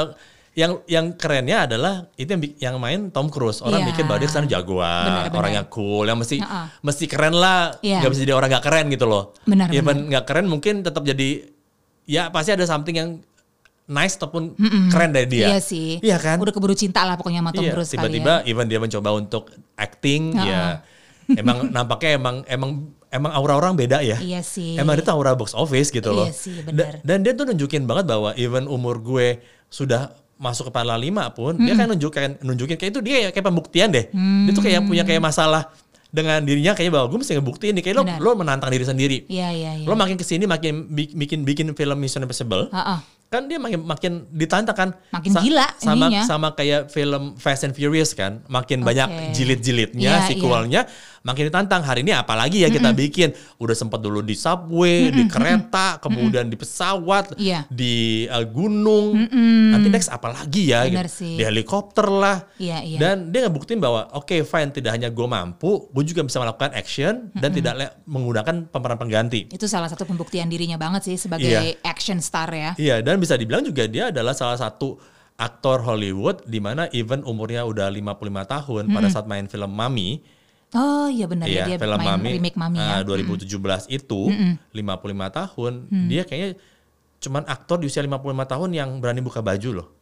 yang yang kerennya adalah itu yang, yang main Tom Cruise. Orang Iya. mikir bahwa dia kesana jagoan, Benar, benar. orang yang cool, yang mesti Uh-uh. mesti keren lah, Iya. nggak bisa jadi orang nggak keren gitu loh. Benar, Even nggak keren mungkin tetap jadi, ya pasti ada something yang nice ataupun keren dari dia. Iya sih. Iya kan? Udah keburu cinta lah pokoknya sama Tom Iya, Cruise kali tiba-tiba ya. even dia mencoba untuk acting, Uh-uh. ya emang nampaknya emang emang emang aura orang beda ya. Iya sih. Emang dia tuh aura box office gitu loh. Iya sih, Da- benar. Dan, dia tuh nunjukin banget bahwa even umur gue sudah masuk kepala lima pun, dia kan nunjukin nunjukin kayak itu dia ya kayak pembuktian deh. Dia tuh kayak punya kayak masalah dengan dirinya kayak bahwa gue mesti ngebuktiin nih, kayak lo Benar. lo menantang diri sendiri. Iya, iya, iya. Lo makin kesini makin bi- bikin bikin film Mission Impossible. Ha-ha. Kan dia makin makin ditantang kan. Makin gila sama ininya. sama kayak film Fast and Furious kan, makin Oke. banyak jilid-jilidnya, Iya, sequelnya, makin ditantang. Hari ini apalagi ya kita bikin, udah sempat dulu di subway, di kereta, kemudian di pesawat, Iya. di uh, gunung, nanti next apalagi ya, Benar gitu. sih. Di helikopter lah. Iya, iya. Dan dia ngebuktiin bahwa oke fine, tidak hanya gue mampu, gue juga bisa melakukan action dan tidak le- menggunakan pemeran pengganti. Itu salah satu pembuktian dirinya banget sih sebagai Iya. action star ya. Iya, dan bisa dibilang juga dia adalah salah satu aktor Hollywood di mana even umurnya udah lima puluh lima tahun pada saat main film Mummy. Oh iya benar Iya, ya, dia film main Mummy, remake Mummy uh, ya. dua ribu tujuh belas itu lima puluh lima tahun, dia kayaknya cuman aktor di usia lima puluh lima tahun yang berani buka baju loh.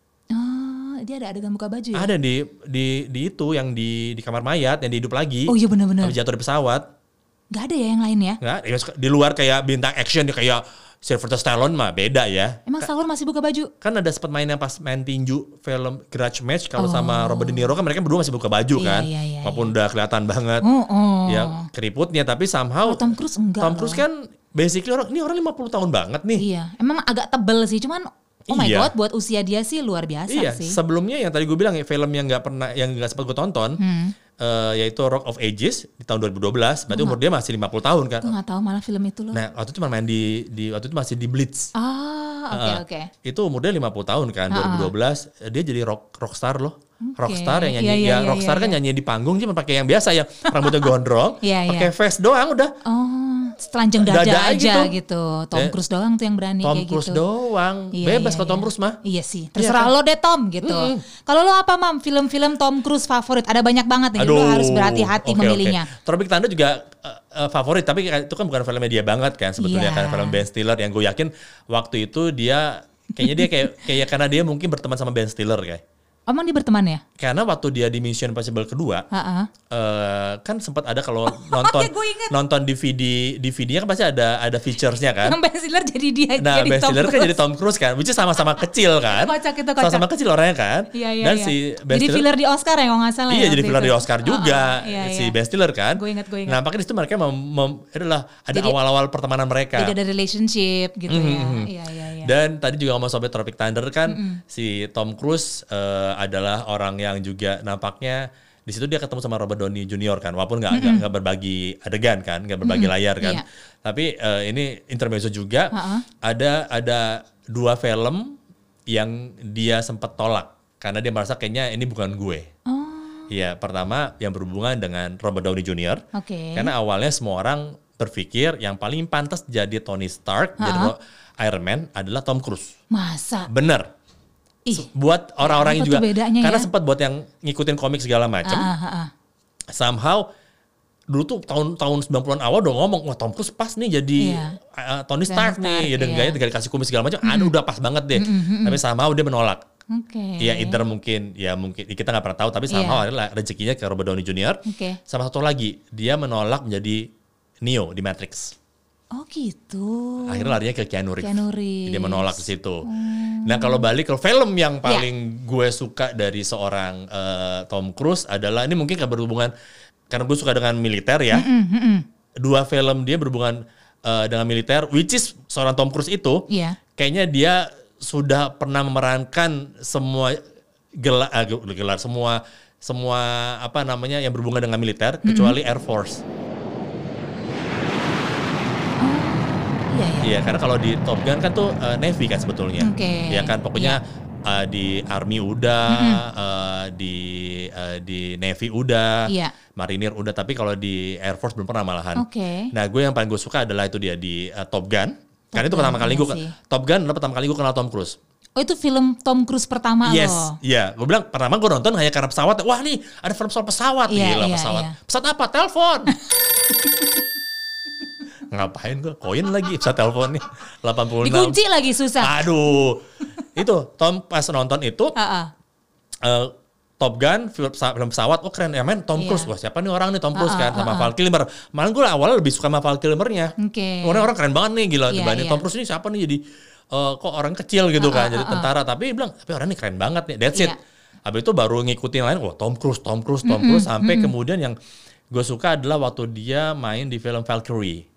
Oh, dia ada adegan buka baju ya? Ada di di di itu yang di di kamar mayat yang dihidup lagi. Oh iya benar-benar. Habis jatuh di pesawat. Gak ada ya yang lain ya? Nggak, ya, di luar kayak bintang action kayak Sylvester Stallone mah beda ya. Emang Stallone masih buka baju? Kan ada sempat main yang pas main tinju film Grudge Match kalau Oh. sama Robert De Niro kan mereka berdua masih buka baju Iya, kan. iya, iya, Walaupun udah kelihatan banget Oh, oh. ya keriputnya, tapi somehow Kalau Tom Cruise enggak Tom Cruise loh. kan basically orang ini orang lima puluh tahun banget nih. Iya, emang agak tebel sih, cuman oh my Iya. god, buat usia dia sih luar biasa Iya, sih. sebelumnya yang tadi gue bilang ya film yang nggak pernah yang nggak sempat gue tonton Hmm. eh, yaitu Rock of Ages di tahun dua ribu dua belas, berarti umur dia masih lima puluh tahun kan. Gue gak tahu malah film itu loh. Nah, waktu itu cuma main di di waktu itu masih di Blitz. Ah, oke Uh, oke. Itu umur dia lima puluh tahun kan, dua ribu dua belas dia jadi rock rockstar loh. Oke. Rockstar yang nyanyi, Iya, iya, ya iya, rockstar iya, kan iya. nyanyi di panggung cuma pakai yang biasa ya, rambutnya gondrong, Iya, pakai iya. vest doang udah. Oh, telanjang dada, Dada aja gitu. gitu. Tom Eh, Cruise doang tuh yang berani Tom kayak Cruise gitu. doang, Iya, bebas iya, kalau Tom iya. Cruise mah. Iya sih, terserah kan? lo deh Tom gitu. Kalau lo apa Mam, film-film Tom Cruise favorit? Ada banyak banget nih, lo harus berhati-hati oke, memilihnya. oke. Tropic Thunder juga uh, uh, favorit, tapi itu kan bukan filmnya dia banget kan sebetulnya Iya. kan film Ben Stiller yang gue yakin waktu itu dia kayaknya dia kayak kayak karena dia mungkin berteman sama Ben Stiller kayak. Emang dia berteman ya? Karena waktu dia di Mission Impossible kedua, Ha-ha. eh, kan sempat ada kalau nonton Oke, gue inget. nonton D V D D V D-nya kan pasti ada ada features-nya kan. Yang Ben Stiller jadi dia Nah, jadi Ben Tom Stiller kan Cruise. jadi Tom Cruise kan, which is sama-sama kecil kan. Kocak itu, kocak. Sama-sama kecil orangnya kan. Iya, iya, Dan iya. si Ben Jadi Stiller filler di Oscar ya kalau nggak salah ya Iya, jadi waktu filler itu. di Oscar juga Oh, oh, iya, si iya. Ben Stiller kan. Gue ingat, gue ingat. Nah, makanya di situ mereka mem, mem- adalah ada Jadi- awal-awal pertemanan mereka. Jadi ada relationship gitu ya. Mhm. Iya, iya, iya. Dan tadi juga ngomong soal Tropic Thunder kan, si Tom Cruise eh, adalah orang yang juga nampaknya di situ dia ketemu sama Robert Downey Junior kan, walaupun nggak nggak nggak berbagi adegan kan, nggak berbagi layar kan. Iya. Tapi eh, ini intermezzo juga. Ha-ha. Ada ada dua film yang dia sempat tolak karena dia merasa kayaknya ini bukan gue. Oh, Iya, pertama yang berhubungan dengan Robert Downey Junior oke. Karena awalnya semua orang berpikir yang paling pantas jadi Tony Stark, jadi Ha-ha. Iron Man adalah Tom Cruise. Masa? Bener. Ih. Buat orang-orang yang apa juga, tuh bedanya karena ya? sempat buat yang ngikutin komik segala macam, Ah, ah, ah. somehow dulu tuh tahun-tahun sembilan puluhan awal udah ngomong, wah Tom Cruise pas nih jadi Iya. uh, Tony Tony Stark Stark, nih, ya dengan iya. gaya tinggal dikasih kumis segala macam, aduh udah pas banget deh. Tapi somehow dia menolak. Oke. Ya either mungkin, ya mungkin kita nggak pernah tahu, tapi somehow Iya. adalah rezekinya ke Robert Downey Junior Oke. Sama satu lagi, dia menolak menjadi Neo di Matrix. Oh gitu. Akhirnya larinya ke Keanu Reeves. Keanu Reeves. Dia menolak ke situ. Nah kalau balik ke film yang paling gue suka dari seorang eh, Tom Cruise adalah, ini mungkin gak berhubungan, karena gue suka dengan militer ya. Dua film dia berhubungan eh, dengan militer, which is seorang Tom Cruise itu, Iya. kayaknya dia sudah pernah memerankan semua gelar, eh, gelar semua semua apa namanya yang berhubungan dengan militer, kecuali Air Force. Iya, iya. Iya, karena kalau di Top Gun kan tuh uh, Navy kan sebetulnya. Oke. Iya kan, pokoknya uh, di Army udah, uh, di uh, di Navy udah, Iya. Marinir udah, tapi kalau di Air Force belum pernah malahan. Oke. Nah, gue yang paling gue suka adalah itu dia di uh, Top Gun. Karena itu Gun, pertama kali iya gue sih. Top Gun adalah pertama kali gue kenal Tom Cruise. Oh itu film Tom Cruise pertama Yes, lo? iya. Gue bilang pertama gue nonton hanya karena pesawat. Wah nih ada film soal pesawat. Iya, Gila iya, pesawat. iya. Pesawat apa? Telepon. Ngapain gue? Koin lagi pesawat telepon nih. delapan puluh enam. Dikunci lagi susah. Aduh. Itu Tom pas nonton itu. Uh-uh. Uh, Top Gun, film film pesawat, oh keren ya men, Tom Cruise. Iya. Wah siapa nih orang nih Tom Cruise Uh-uh, kan, sama uh-uh. Val Kilmer. Malah gue awalnya lebih suka sama Val Kilmernya. Oke. Orang orang keren banget nih gila, Iya, dibanding iya. Tom Cruise ini siapa nih jadi uh, kok orang kecil gitu Uh-uh, kan, jadi uh-uh. tentara. Tapi dia bilang, tapi orang ini keren banget nih, that's it. Iya. Habis itu baru ngikutin lain, wah Tom Cruise, Tom Cruise, Tom Cruise. Sampai kemudian yang gue suka adalah waktu dia main di film Valkyrie.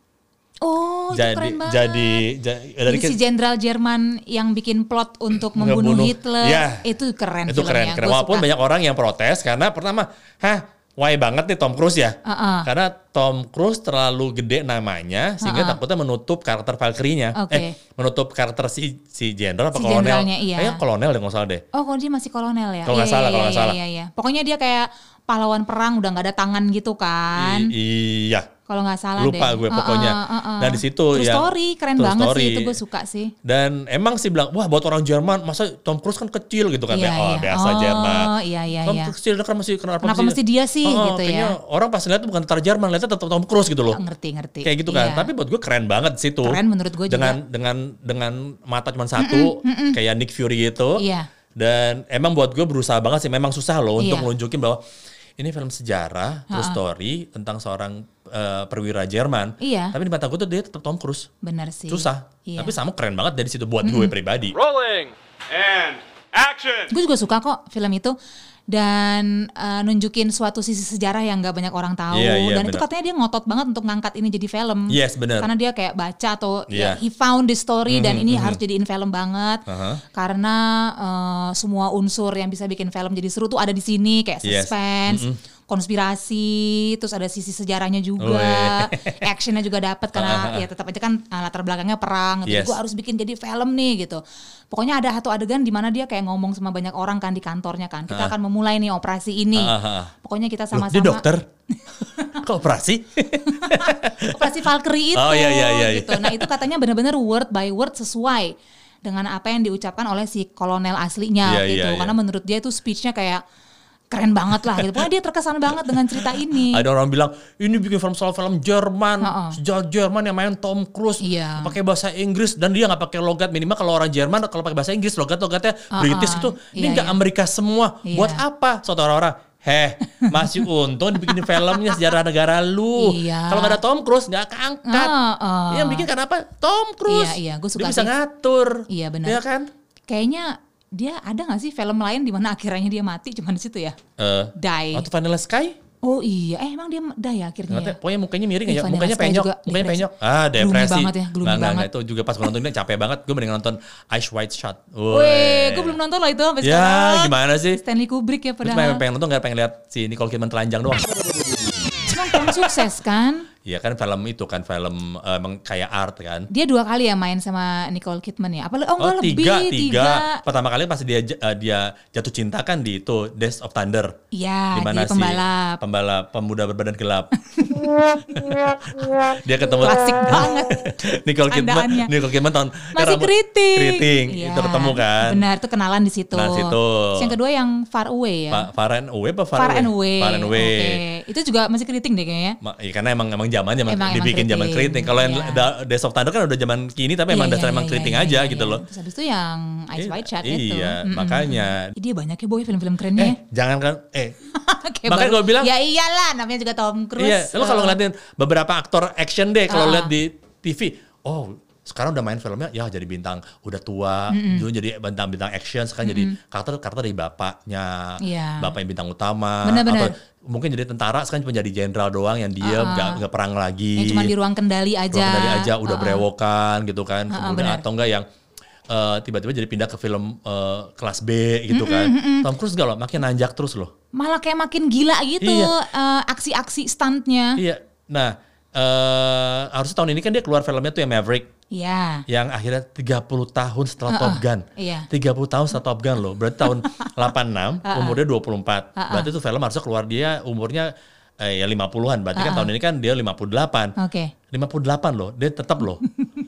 Oh itu jadi, keren banget. jadi, jadi, dari Jadi si jenderal Jerman yang bikin plot untuk membunuh Ngebunuh. Hitler, Ya. itu keren Itu filmnya. keren, keren. Gua Walaupun suka. banyak orang yang protes karena pertama, hah, why banget nih Tom Cruise ya? Uh-uh. Karena Tom Cruise terlalu gede namanya sehingga Uh-uh. takutnya menutup karakter Valkyrie-nya. Oke. Eh, menutup karakter si si jenderal apa Si kolonel? jenderalnya, iya. Kayaknya kolonel deh nggak salah deh. Oh, kalau dia masih kolonel ya? Kalau nggak Iya, salah, iya, kalau nggak iya, salah. Iya, iya. Pokoknya dia kayak pahlawan perang, udah nggak ada tangan gitu kan? I- iya. Kalau nggak salah Lupa deh. gue pokoknya. Uh-uh, uh-uh. Nah di situ True ya. story, keren True banget story. sih itu gue suka sih. Dan emang sih bilang, wah buat orang Jerman, masa Tom Cruise kan kecil gitu kan. Iya, Ya, oh iya. biasa Oh, Jerman. iya, iya, Tom iya. Cruise kecil, kan masih kenapa, Kenapa mesti dia sih Oh, gitu kayaknya ya? orang pas ngeliat tuh bukan tentara Jerman, lihatnya tetap Tom Cruise gitu loh. Ngerti, ngerti. Kayak gitu kan. Iya. Tapi buat gue keren banget di situ. Keren menurut gue juga. Dengan dengan dengan mata cuma satu, kayak Nick Fury gitu. Iya. Dan emang buat gue berusaha banget sih. Memang susah loh untuk Iya. nunjukin bahwa ini film sejarah, true story tentang seorang uh, perwira Jerman. Iya. Tapi di mata gue tuh dia tetap Tom Cruise. Bener sih. Susah. Iya. Tapi sama keren banget dari situ buat gue pribadi. Rolling and action. Gue juga suka kok film itu. Dan uh, nunjukin suatu sisi sejarah yang gak banyak orang tahu. Iya, iya, Dan itu bener. katanya dia ngotot banget untuk ngangkat ini jadi film. Yes, bener. Karena dia kayak baca atau ya, Iya. he found the story Mhm, dan ini mhm. harus jadiin film banget. Aha. Karena uh, semua unsur yang bisa bikin film jadi seru tuh ada di sini. Kayak Yes. suspense, Mhm. konspirasi, terus ada sisi sejarahnya juga. Weh. Actionnya juga dapet karena ya tetap aja kan uh, latar belakangnya perang. Jadi Yes. gue harus bikin jadi film nih gitu. Pokoknya ada satu adegan di mana dia kayak ngomong sama banyak orang kan di kantornya kan. Kita Ah. akan memulai nih operasi ini. Ah, ah, ah. Pokoknya kita Loh, sama-sama. dia dokter? Kok operasi? Operasi Valkyrie itu. Oh, iya, iya, iya, gitu. Nah itu katanya benar-benar word by word sesuai dengan apa yang diucapkan oleh si kolonel aslinya Iya, gitu. iya, iya. Karena menurut dia itu speech-nya kayak keren banget lah gitu. Pokoknya dia terkesan banget dengan cerita ini. Ada orang bilang ini bikin film soal film Jerman, Ha-ha. sejarah Jerman yang main Tom Cruise, Iya. pakai bahasa Inggris dan dia nggak pakai logat minimal kalau orang Jerman kalau pakai bahasa Inggris logat-logatnya Ha-ha. British gitu. Ini Iya, nggak iya. Amerika semua. Iya. Buat apa? Suatu orang-orang, heh masih untung dibikin filmnya sejarah negara lu. Iya. Kalau nggak ada Tom Cruise nggak keangkat. Ha-ha. Yang bikin kenapa? Tom Cruise. Iya, iya, gua suka Dia bisa sih. ngatur. Iya, benar. Iya kan? Kayaknya dia ada gak sih film lain di mana akhirnya dia mati cuman di situ ya? Eh, Die. Atau Vanilla Sky? Oh iya, eh emang dia die ya akhirnya. Nggak Ya? tahu, pokoknya mukanya miring Ih, ya, Vanilla mukanya Sky penyok, juga mukanya depresi. penyok. Ah, Gloomy depresi. banget ya, gloomy Nggak, nggak, banget. nggak, itu juga pas gue nonton ini capek banget. Gue mending nonton Ice White Shot. Weh, gue belum nonton loh itu sampai Ya, sekarang. gimana sih? Stanley Kubrick ya Gue cuma padahal. pengen nonton, gak pengen lihat si Nicole Kidman telanjang doang. Cuma film sukses kan? Iya kan film itu kan film eh, emang kayak art kan. Dia dua kali ya main sama Nicole Kidman ya? Apa? Oh enggak Oh lebih, tiga, tiga. Pertama kali pas dia eh, dia jatuh cinta kan di itu Days of Thunder. Iya, Di mana di si pembalap. pembalap pemuda berbadan gelap. Dia ketemu Klasik banget. Nicole Kidman, Candaannya. Nicole Kidman tahun Masih rambut keriting. keriting. Iya, Itu ketemu kan. Benar, itu kenalan di situ. Nah, situ. Terus yang kedua yang Far Away ya? Pa- Far and Away apa Far, Far and Away. Far and Away. Oke. Itu juga masih keriting deh kayaknya. Ma- iya, karena emang emang zamannya emang Emang- emang dibikin zaman keriting. keriting. Kalau yang Iya. Da- Days of Thunder kan udah zaman kini tapi emang Iya, dasar iya, emang iya, keriting iya, aja iya, gitu iya. loh. Terus habis itu yang Ice Iya, White Shot itu. iya, Mm-mm. makanya. Ih, dia banyak ya boy film-film kerennya. Eh, jangan kan eh Kayak makanya baru- gua bilang- ya iyalah namanya juga Tom Cruise. iya, lo kalau Eh, ngeliatin beberapa aktor action deh kalau Ah. lihat di T V, oh sekarang udah main filmnya ya jadi bintang udah tua, dulu jadi bintang-bintang action, sekarang jadi karakter karakter dari bapaknya, Iya. bapak yang bintang utama, Bener-bener. atau mungkin jadi tentara sekarang cuma jadi jenderal doang yang diam, Ah. nggak nggak perang lagi, yang cuma di ruang kendali aja. ruang kendali aja udah Uh-uh. berewokan gitu kan, Ah, ah, kemudian benar. atau enggak yang eh, tiba-tiba jadi pindah ke film eh, kelas B gitu kan, Tom Cruise enggak loh, makin nanjak terus loh. Malah kayak makin gila gitu Iya. eh, aksi-aksi stuntnya. Iya, nah eh harusnya tahun ini kan dia keluar filmnya tuh yang Maverick. Iya. Yang akhirnya tiga puluh tahun setelah Uh-uh, Top Gun. iya. tiga puluh tahun setelah Top Gun loh. Berarti tahun delapan puluh enam, umurnya dua puluh empat. Uh-uh. Berarti itu film harusnya keluar dia umurnya eh, ya lima puluhan. Berarti kan Uh-uh. tahun ini kan dia lima puluh delapan. Oke. lima puluh delapan loh, dia tetap loh.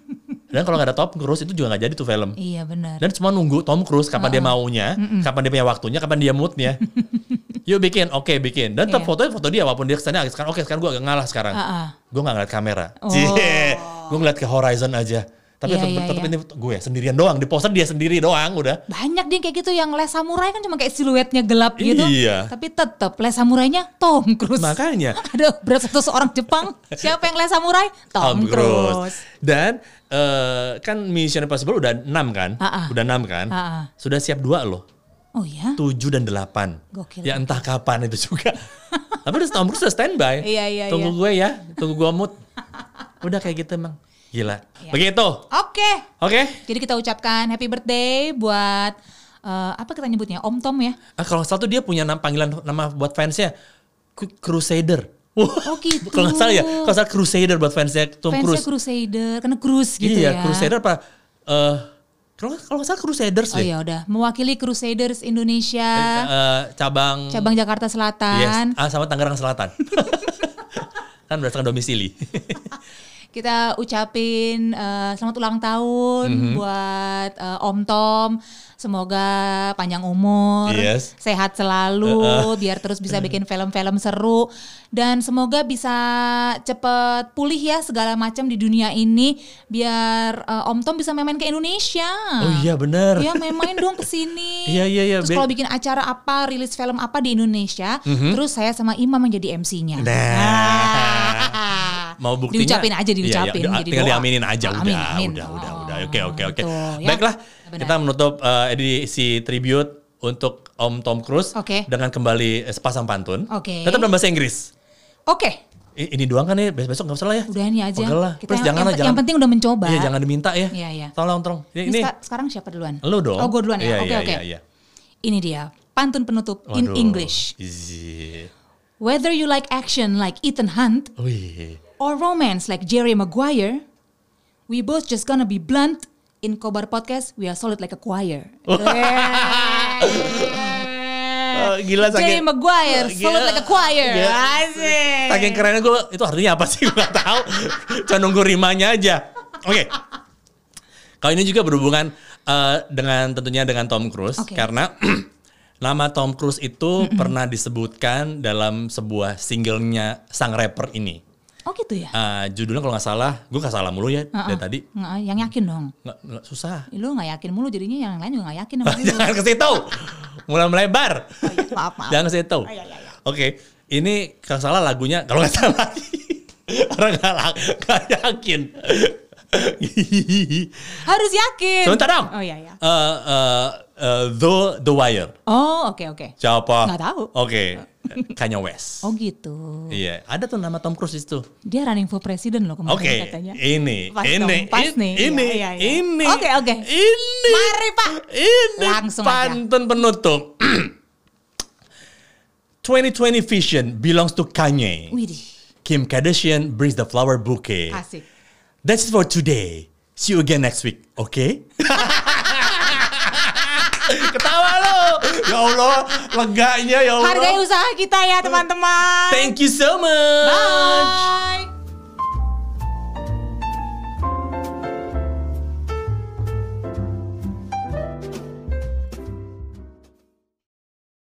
Dan kalau nggak ada Tom Cruise itu juga nggak jadi tuh film. Iya benar. Dan cuma nunggu Tom Cruise kapan uh-uh. dia maunya, Mm-mm. kapan dia punya waktunya, kapan dia moodnya. Yuk bikin, oke okay, bikin. Dan tetap yeah. fotonya foto dia, walaupun dia kesannya sekarang, oke okay, sekarang gue agak ngalah sekarang. Uh-uh. Gue nggak ngeliat kamera, oh. gue ngeliat ke horizon aja. Tapi yeah, tetap, yeah, tetap yeah. ini gue sendirian doang, di poster dia sendiri doang udah. Banyak dia kayak gitu yang Les Samurai kan cuma kayak siluetnya gelap gitu. Iya. Tapi tetap Les Samurainya Tom Cruise. Makanya. Ada berapa satu seorang Jepang, siapa yang Les Samurai? Tom, Tom Cruise. Cruise. Dan uh, kan Mission Impossible udah enam kan? Uh-uh. Udah enam kan? Uh-uh. Sudah siap dua loh. Oh ya? tujuh dan delapan. Gokil. Ya entah kapan itu juga. Tapi udah Tom Cruise udah standby. Iya, iya, Tunggu iya. gue ya, tunggu gue mood. Udah kayak gitu emang. Gila. Ya. Begitu. Oke. Okay. Oke. Okay. Jadi kita ucapkan happy birthday buat uh, apa kita nyebutnya? Om Tom ya. Ah, kalau satu dia punya nama panggilan nama buat fansnya Crusader. Wah, oh gitu. Kalau nggak salah ya, kalau salah Crusader buat fansnya Tom fansnya Cruise. Fansnya Crusader, karena Cruise gitu iya, ya. Iya, Crusader apa? Uh, kalau kalau nggak salah Crusaders oh, deh. Oh iya udah, mewakili Crusaders Indonesia. Eh, uh, cabang. Cabang Jakarta Selatan. Yes. Ah, sama Tangerang Selatan. Kan berdasarkan domisili. Kita ucapin uh, selamat ulang tahun mm-hmm. buat uh, Om Tom. Semoga panjang umur, yes. sehat selalu, uh-uh. biar terus bisa bikin film-film seru. Dan semoga bisa cepet pulih ya segala macam di dunia ini. Biar uh, Om Tom bisa main-main ke Indonesia. Oh iya benar. Iya main-main dong ke sini. Iya iya iya. Terus kalau bikin acara apa, rilis film apa di Indonesia, mm-hmm. terus saya sama Imam menjadi M C-nya. Nah. Mau buktinya. Diucapin aja, diucapin. Iya, iya. Jadi tinggal doa. diaminin aja. Oh, udah, amin, amin. udah, oh, udah, udah. Oke, oke, oke. ya. Baiklah, Benar. kita menutup uh, edisi tribute untuk Om Tom Cruise okay. dengan kembali sepasang pantun. Okay. Tetap dalam bahasa Inggris. Oke. Okay. Ini doang kan nih, besok nggak usah lah ya. Udah ini aja. Lah. Kita Terus yang, jangan yang, lah, jangan. Yang penting udah mencoba. Iya, jangan diminta ya. Iya, iya. Tolong, tolong. Ini, ini ini. Sekarang siapa duluan? Lu dong. Oh, gue duluan ya. Oke, iya, oke. Iya, iya. Ini dia, pantun penutup Waduh. in English. Easy. Whether you like action like Ethan Hunt Wih. or romance like Jerry Maguire, we both just gonna be blunt. In Kobar Podcast, we are solid like a choir. Oh, gila Jerry saking Maguire, solid like a choir. Asik. Saking kerennya gue, itu artinya apa sih? Gue gak tahu. Cuma nunggu rimanya aja. Oke. Okay. Kalau ini juga berhubungan uh, dengan tentunya dengan Tom Cruise. Okay. Karena nama Tom Cruise itu mm-mm. pernah disebutkan dalam sebuah singlenya sang rapper ini. Oh gitu ya? Uh, judulnya kalau gak salah, gue gak salah mulu ya uh-uh. dari tadi. Nggak, yang yakin dong. Nggak, nggak susah. Lu gak yakin mulu jadinya yang lain juga gak yakin. Jangan ke situ. Mulai melebar. Oh, iya. Maaf, maaf. Jangan ke situ. Oh, iya, iya, iya. Oke, okay. Ini kalau salah lagunya, kalau gak salah orang gak, gak yakin. Harus yakin. Sebentar dong. Oh iya iya. Uh, uh, uh, The The Wire. Oh oke okay, oke. Okay. Siapa? Nggak tahu. Oke. Okay. Kanye West. Oh gitu. Iya, ada tuh nama Tom Cruise itu. Dia running for president loh kemarin okay. katanya. Ini, pas ini, dong, pas ini, nih. ini, iya, iya, iya. ini. Oke okay, oke. Okay. Ini. Mari Pak. Ini. Langsung pantun aja. penutup. twenty twenty vision belongs to Kanye. Widih. Kim Kardashian brings the flower bouquet. Asik. That's it for today. See you again next week, oke? Okay? Ketawa lo. Ya Allah, leganya ya Allah. Hargai usaha kita ya teman-teman. Thank you so much. Bye.